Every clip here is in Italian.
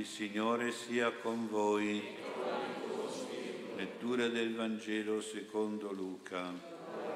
Il Signore sia con voi. Lettura del Vangelo secondo Luca.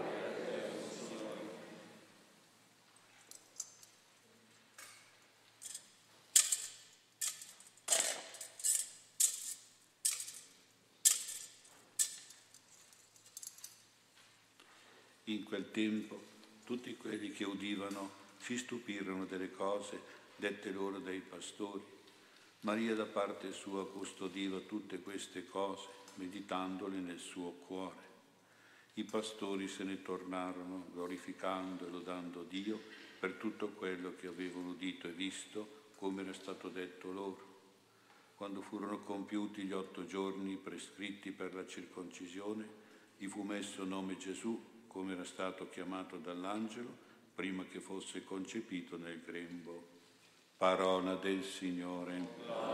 In quel tempo tutti quelli che udivano si stupirono delle cose dette loro dai pastori. Maria da parte sua custodiva tutte queste cose, meditandole nel suo cuore. I pastori se ne tornarono, glorificando e lodando Dio per tutto quello che avevano udito e visto, come era stato detto loro. Quando furono compiuti gli 8 giorni prescritti per la circoncisione, gli fu messo nome Gesù, come era stato chiamato dall'angelo, prima che fosse concepito nel grembo. Parola del Signore.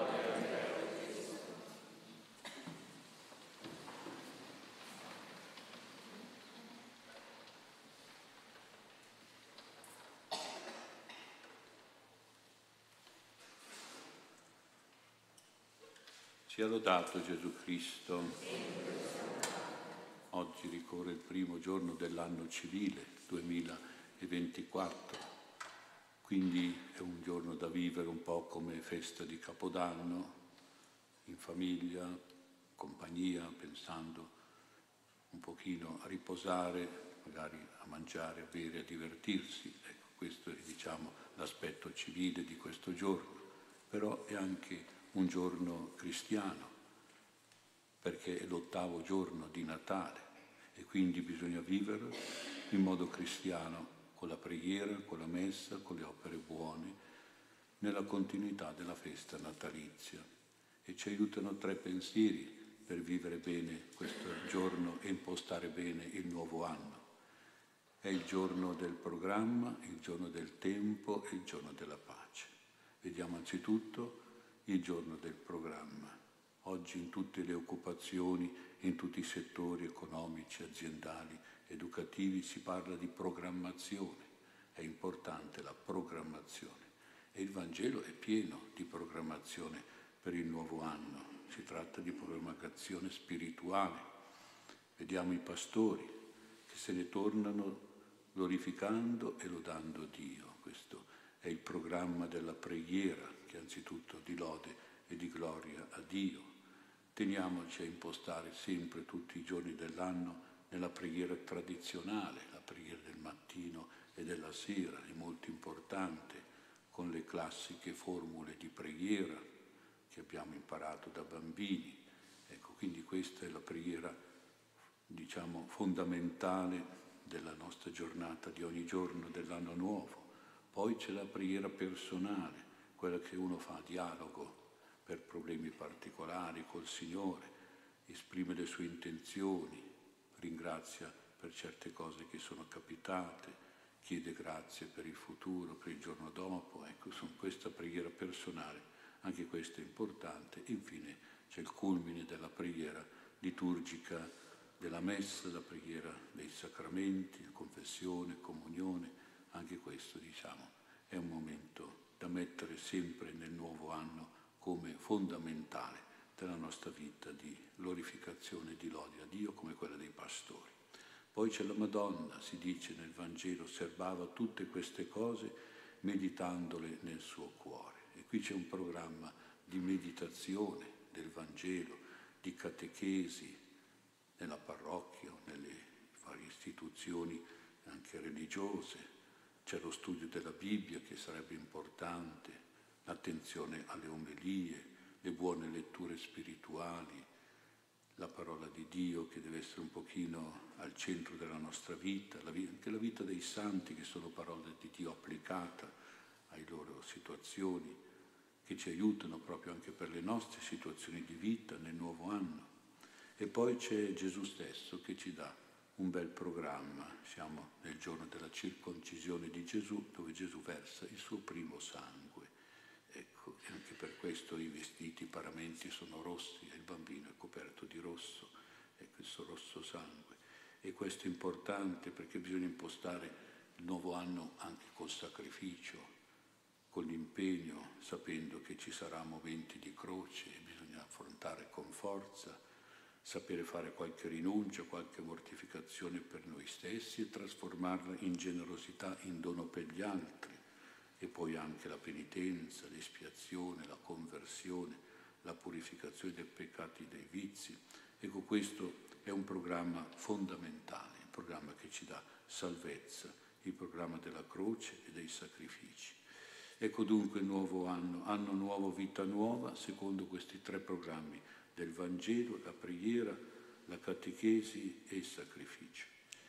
Sia lodato Gesù Cristo. Oggi ricorre il primo giorno dell'anno civile 2024, quindi è un giorno da vivere un po' come festa di Capodanno, in famiglia, compagnia, pensando un pochino a riposare, magari a mangiare, a bere, a divertirsi. Ecco, questo è, l'aspetto civile di questo giorno, però è anche un giorno cristiano, perché è l'8° giorno di Natale e quindi bisogna vivere in modo cristiano, con la preghiera, con la messa, con le opere buone, nella continuità della festa natalizia. E ci aiutano 3 pensieri per vivere bene questo giorno e impostare bene il nuovo anno. È il giorno del programma, il giorno del tempo e il giorno della pace. Vediamo anzitutto il giorno del programma. Oggi in tutte le occupazioni, in tutti i settori economici, aziendali, educativi si parla di programmazione. È importante la programmazione. E il Vangelo è pieno di programmazione per il nuovo anno. Si tratta di programmazione spirituale. Vediamo i pastori che se ne tornano glorificando e lodando Dio. Questo è il programma della preghiera, che anzitutto di lode e di gloria a Dio. Teniamoci a impostare sempre, tutti i giorni dell'anno, nella preghiera tradizionale, la preghiera del mattino e della sera, è molto importante, con le classiche formule di preghiera che abbiamo imparato da bambini. Ecco, quindi questa è la preghiera, fondamentale della nostra giornata di ogni giorno dell'anno nuovo. Poi c'è la preghiera personale, quella che uno fa a dialogo per problemi particolari col Signore, esprime le sue intenzioni, ringrazia per certe cose che sono capitate, chiede grazie per il futuro, per il giorno dopo. Ecco, questa preghiera personale, anche questa è importante. Infine c'è il culmine della preghiera liturgica della Messa, la preghiera dei sacramenti, confessione, comunione. Anche questo, è un momento da mettere sempre nel nuovo anno come fondamentale della nostra vita di glorificazione e di lode a Dio, come quella dei pastori. Poi c'è la Madonna, si dice nel Vangelo, osservava tutte queste cose meditandole nel suo cuore. E qui c'è un programma di meditazione del Vangelo, di catechesi nella parrocchia, nelle varie istituzioni anche religiose. C'è lo studio della Bibbia che sarebbe importante, l'attenzione alle omelie, le buone letture spirituali, la parola di Dio che deve essere un pochino al centro della nostra vita, anche la vita dei santi che sono parole di Dio applicata alle loro situazioni, che ci aiutano proprio anche per le nostre situazioni di vita nel nuovo anno. E poi c'è Gesù stesso che ci dà un bel programma. Siamo nel giorno della circoncisione di Gesù, dove Gesù versa il suo primo sangue. Ecco, e anche per questo i vestiti, i paramenti sono rossi e il bambino è coperto di rosso, e questo rosso sangue. E questo è importante perché bisogna impostare il nuovo anno anche col sacrificio, con l'impegno, sapendo che ci saranno momenti di croce e bisogna affrontare con forza, sapere fare qualche rinuncia, qualche mortificazione per noi stessi e trasformarla in generosità, in dono per gli altri. E poi anche la penitenza, l'espiazione, la conversione, la purificazione dei peccati, dei vizi. Ecco, questo è un programma fondamentale, un programma che ci dà salvezza, il programma della croce e dei sacrifici. Ecco dunque il nuovo anno nuovo, vita nuova, secondo questi 3 programmi del Vangelo, la preghiera, la catechesi e il sacrificio.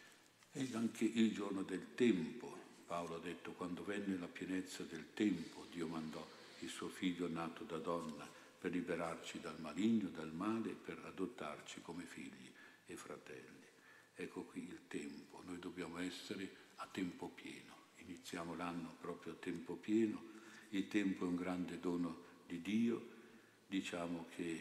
E anche il giorno del tempo. Paolo ha detto: quando venne la pienezza del tempo, Dio mandò il suo figlio nato da donna per liberarci dal maligno, dal male, per adottarci come figli e fratelli. Ecco qui il tempo. Noi dobbiamo essere a tempo pieno. Iniziamo l'anno proprio a tempo pieno. Il tempo è un grande dono di Dio. Diciamo che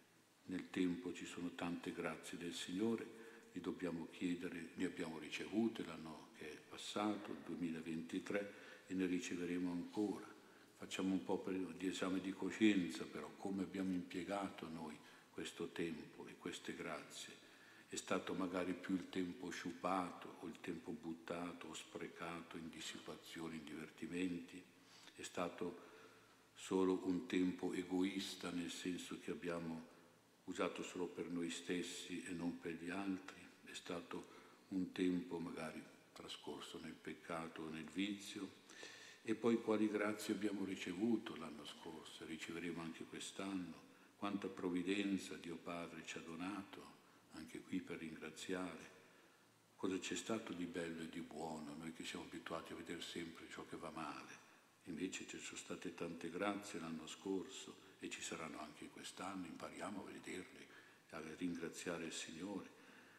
nel tempo ci sono tante grazie del Signore. Li dobbiamo chiedere, ne abbiamo ricevute l'anno che è passato, il 2023, e ne riceveremo ancora. Facciamo un po' di esame di coscienza, però, come abbiamo impiegato noi questo tempo e queste grazie. È stato magari più il tempo sciupato o il tempo buttato o sprecato in dissipazioni, in divertimenti? È stato solo un tempo egoista, nel senso che abbiamo usato solo per noi stessi e non per gli altri? È stato un tempo magari trascorso nel peccato o nel vizio? E poi quali grazie abbiamo ricevuto l'anno scorso e riceveremo anche quest'anno? Quanta provvidenza Dio Padre ci ha donato, anche qui per ringraziare. Cosa c'è stato di bello e di buono, noi che siamo abituati a vedere sempre ciò che va male. Invece ci sono state tante grazie l'anno scorso e ci saranno anche quest'anno, impariamo a vederle, a ringraziare il Signore.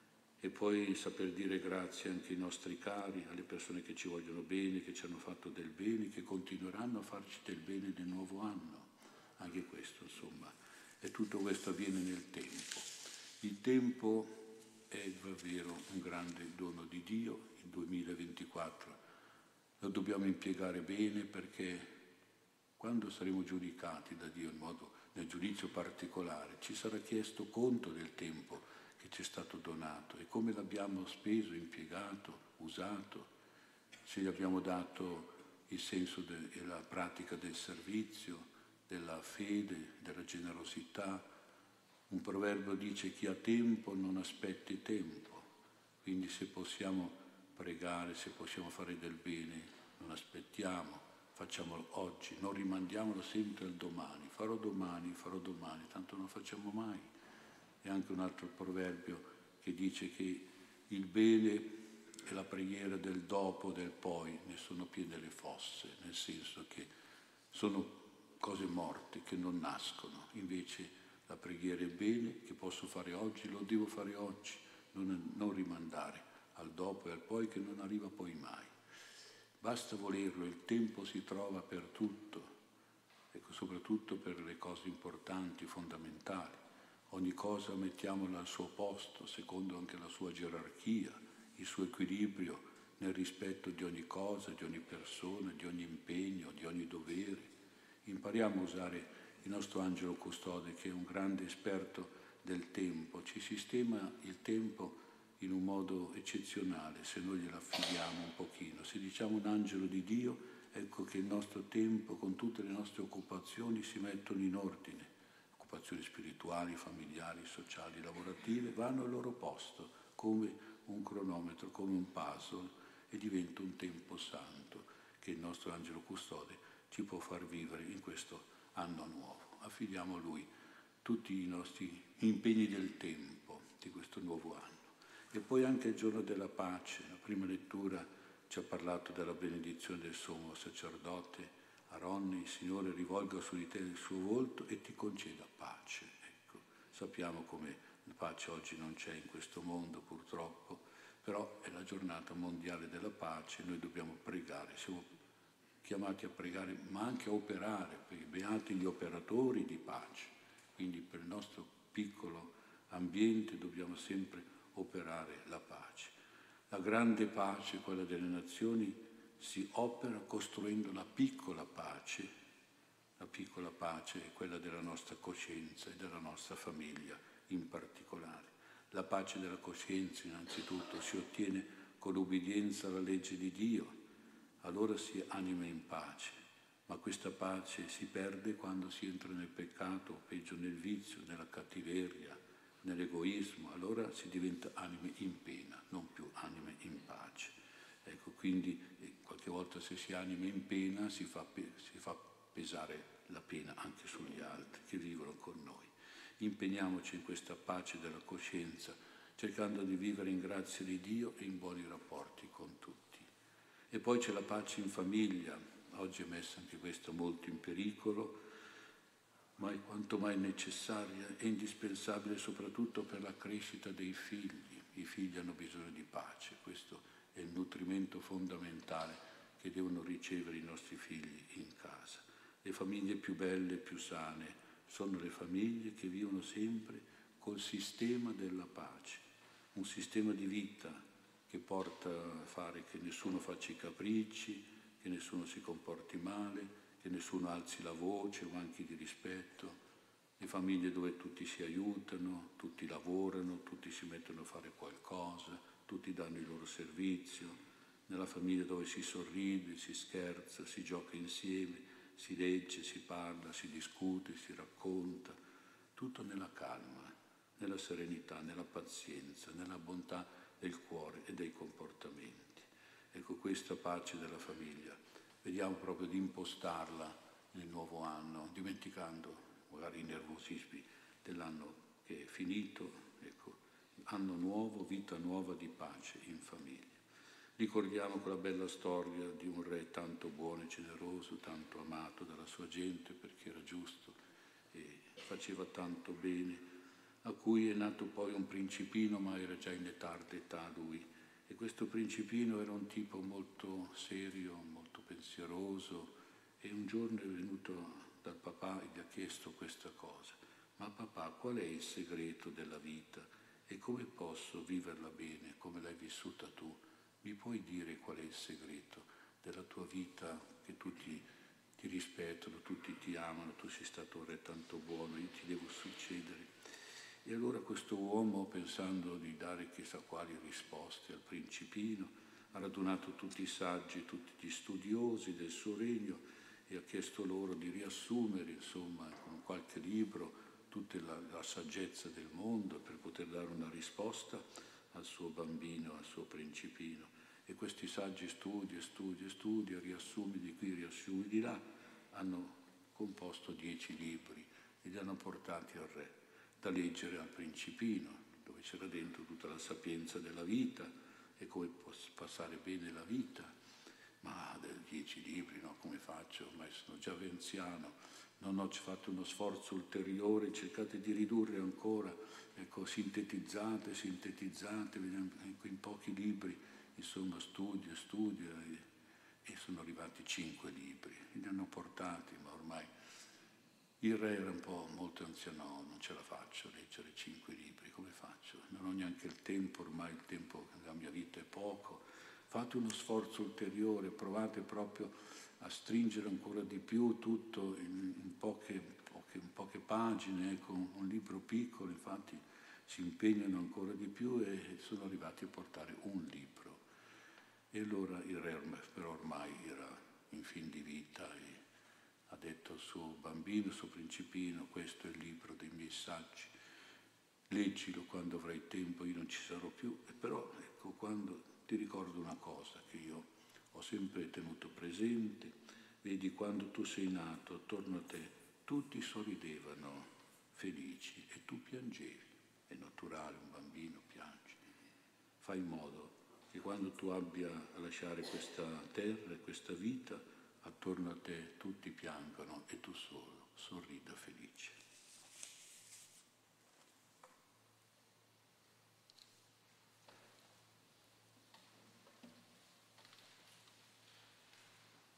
E poi saper dire grazie anche ai nostri cari, alle persone che ci vogliono bene, che ci hanno fatto del bene, che continueranno a farci del bene nel nuovo anno. Anche questo, insomma, e tutto questo avviene nel tempo. Il tempo è davvero un grande dono di Dio, il 2024. Lo dobbiamo impiegare bene, perché quando saremo giudicati da Dio in modo, nel giudizio particolare, ci sarà chiesto conto del tempo che ci è stato donato e come l'abbiamo speso, impiegato, usato, se gli abbiamo dato il senso e la pratica del servizio, della fede, della generosità. Un proverbio dice: chi ha tempo non aspetti tempo. Quindi se possiamo pregare, se possiamo fare del bene, non aspettiamo, facciamolo oggi, non rimandiamolo sempre al domani. Farò domani, tanto non facciamo mai. E anche un altro proverbio che dice che il bene e la preghiera del dopo, del poi, ne sono piene le fosse, nel senso che sono cose morte che non nascono. Invece la preghiera è bene, che posso fare oggi, lo devo fare oggi, non rimandare al dopo e al poi, che non arriva poi mai. Basta volerlo, il tempo si trova per tutto, ecco, soprattutto per le cose importanti, fondamentali. Ogni cosa mettiamola al suo posto, secondo anche la sua gerarchia, il suo equilibrio nel rispetto di ogni cosa, di ogni persona, di ogni impegno, di ogni dovere. Impariamo a usare il nostro angelo custode, che è un grande esperto del tempo, ci sistema il tempo in un modo eccezionale se noi glielo affidiamo un pochino. Se diciamo un angelo di Dio, ecco che il nostro tempo, con tutte le nostre occupazioni, si mettono in ordine. Occupazioni spirituali, familiari, sociali, lavorative, vanno al loro posto, come un cronometro, come un puzzle, e diventa un tempo santo che il nostro angelo custode ci può far vivere in questo anno nuovo. Affidiamo a Lui tutti i nostri impegni del tempo di questo nuovo anno. E poi anche il giorno della pace. La prima lettura ci ha parlato della benedizione del sommo sacerdote Aronne: il Signore rivolga su di te il suo volto e ti conceda pace. Ecco, sappiamo come la pace oggi non c'è in questo mondo, purtroppo, però è la giornata mondiale della pace. Noi dobbiamo pregare, siamo chiamati a pregare, ma anche a operare, perché beati gli operatori di pace. Quindi per il nostro piccolo ambiente dobbiamo sempre operare la pace. La grande pace, quella delle nazioni, si opera costruendo la piccola pace. La piccola pace è quella della nostra coscienza e della nostra famiglia in particolare. La pace della coscienza innanzitutto si ottiene con l'ubbidienza alla legge di Dio, allora si anima in pace, ma questa pace si perde quando si entra nel peccato, o peggio nel vizio, nella cattiveria, nell'egoismo, allora si diventa anime in pena, non più anime in pace. Ecco, quindi qualche volta se si anima in pena si fa pesare la pena anche sugli altri che vivono con noi. Impegniamoci in questa pace della coscienza, cercando di vivere in grazia di Dio e in buoni rapporti con tutti. E poi c'è la pace in famiglia, oggi è messa anche questa molto in pericolo, ma è quanto mai necessaria e indispensabile soprattutto per la crescita dei figli. I figli hanno bisogno di pace, questo è il nutrimento fondamentale che devono ricevere i nostri figli in casa. Le famiglie più belle, più sane, sono le famiglie che vivono sempre col sistema della pace, un sistema di vita che porta a fare che nessuno faccia i capricci, che nessuno si comporti male, che nessuno alzi la voce o manchi di rispetto, le famiglie dove tutti si aiutano, tutti lavorano, tutti si mettono a fare qualcosa, tutti danno il loro servizio, nella famiglia dove si sorride, si scherza, si gioca insieme, si legge, si parla, si discute, si racconta, tutto nella calma, nella serenità, nella pazienza, nella bontà del cuore e dei comportamenti. Ecco, questa pace della famiglia, vediamo proprio di impostarla nel nuovo anno, dimenticando magari i nervosismi dell'anno che è finito, ecco, anno nuovo, vita nuova di pace in famiglia. Ricordiamo quella bella storia di un re tanto buono e generoso, tanto amato dalla sua gente perché era giusto e faceva tanto bene, a cui è nato poi un principino, ma era già in tarda età lui. E questo principino era un tipo molto serio, molto pensieroso, e un giorno è venuto dal papà e gli ha chiesto questa cosa: ma papà, qual è il segreto della vita e come posso viverla bene come l'hai vissuta tu? Mi puoi dire qual è il segreto della tua vita, che tutti ti rispettano, tutti ti amano, tu sei stato un re tanto buono, io ti devo succedere? E allora questo uomo, pensando di dare chissà quali risposte al principino, ha radunato tutti i saggi, tutti gli studiosi del suo regno e ha chiesto loro di riassumere, insomma, con qualche libro, tutta la saggezza del mondo per poter dare una risposta al suo bambino, al suo principino. E questi saggi studi, riassumi di qui, riassumi di là, hanno composto 10 libri e li hanno portati al re, da leggere al principino, dove c'era dentro tutta la sapienza della vita e come passare bene la vita. Ma 10 libri, no? Come faccio? Ormai sono già anziano, non ho fatto uno sforzo ulteriore, cercate di ridurre ancora, ecco, sintetizzate, in pochi libri, insomma, studia, e sono arrivati 5 libri, li hanno portati, ma ormai il re era un po' molto anziano, non ce la faccio a leggere 5 libri, come faccio? Non ho neanche il tempo, ormai il tempo della mia vita è poco. Fate uno sforzo ulteriore, provate proprio a stringere ancora di più tutto in poche pagine, con un libro piccolo, infatti si impegnano ancora di più e sono arrivati a portare un libro. E allora il re però ormai era in fin di vita e ha detto al suo bambino, al suo principino: questo è il libro dei miei saggi, leggilo quando avrai tempo, io non ci sarò più, e però ecco, quando ti ricordo una cosa che io ho sempre tenuto presente, vedi, quando tu sei nato, attorno a te tutti sorridevano felici e tu piangevi, è naturale, un bambino piange. Fai in modo che quando tu abbia a lasciare questa terra e questa vita, attorno a te tutti piangano e tu solo sorrida felice.